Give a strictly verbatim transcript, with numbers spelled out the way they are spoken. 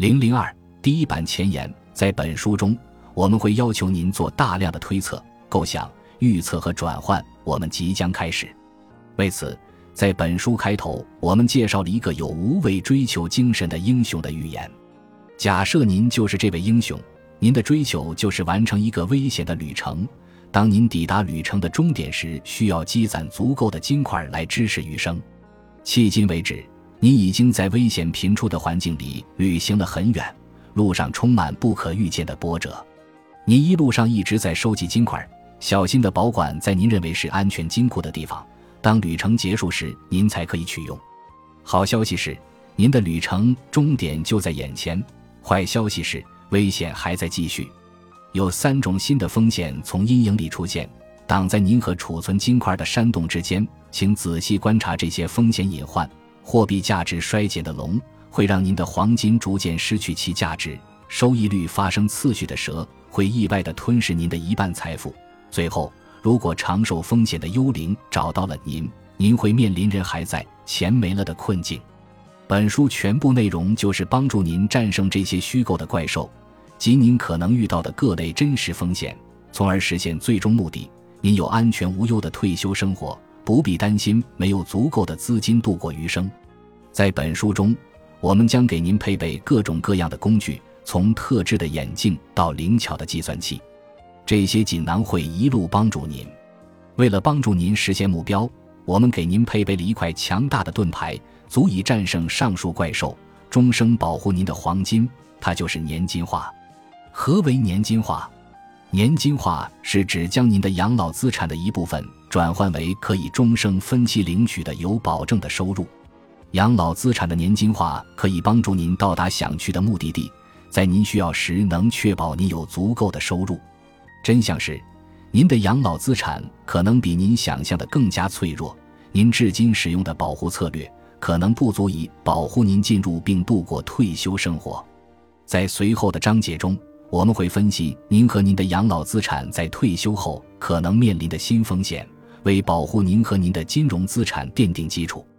零零二第一版前言。在本书中，我们会要求您做大量的推测、构想、预测和转换，我们即将开始。为此，在本书开头，我们介绍了一个有无畏追求精神的英雄的预言。假设您就是这位英雄，您的追求就是完成一个危险的旅程。当您抵达旅程的终点时，需要积攒足够的金块来支持余生。迄今为止，您已经在危险频出的环境里旅行了很远，路上充满不可预见的波折。您一路上一直在收集金块，小心地保管在您认为是安全金库的地方，当旅程结束时，您才可以取用。好消息是，您的旅程终点就在眼前；坏消息是，危险还在继续。有三种新的风险从阴影里出现，挡在您和储存金块的山洞之间，请仔细观察这些风险隐患。货币价值衰减的龙会让您的黄金逐渐失去其价值，收益率发生次序的蛇会意外地吞噬您的一半财富。最后，如果长寿风险的幽灵找到了您，您会面临人还在，钱没了的困境。本书全部内容就是帮助您战胜这些虚构的怪兽，及您可能遇到的各类真实风险，从而实现最终目的。您有安全无忧的退休生活，不必担心没有足够的资金度过余生。在本书中，我们将给您配备各种各样的工具，从特制的眼镜到灵巧的计算器，这些锦囊会一路帮助您。为了帮助您实现目标，我们给您配备了一块强大的盾牌，足以战胜上述怪兽，终生保护您的黄金，它就是年金化。何为年金化？年金化是指将您的养老资产的一部分转换为可以终生分期领取的有保证的收入。养老资产的年金化可以帮助您到达想去的目的地，在您需要时能确保您有足够的收入。真相是，您的养老资产可能比您想象的更加脆弱，您至今使用的保护策略可能不足以保护您进入并度过退休生活。在随后的章节中，我们会分析您和您的养老资产在退休后可能面临的新风险，为保护您和您的金融资产奠定基础。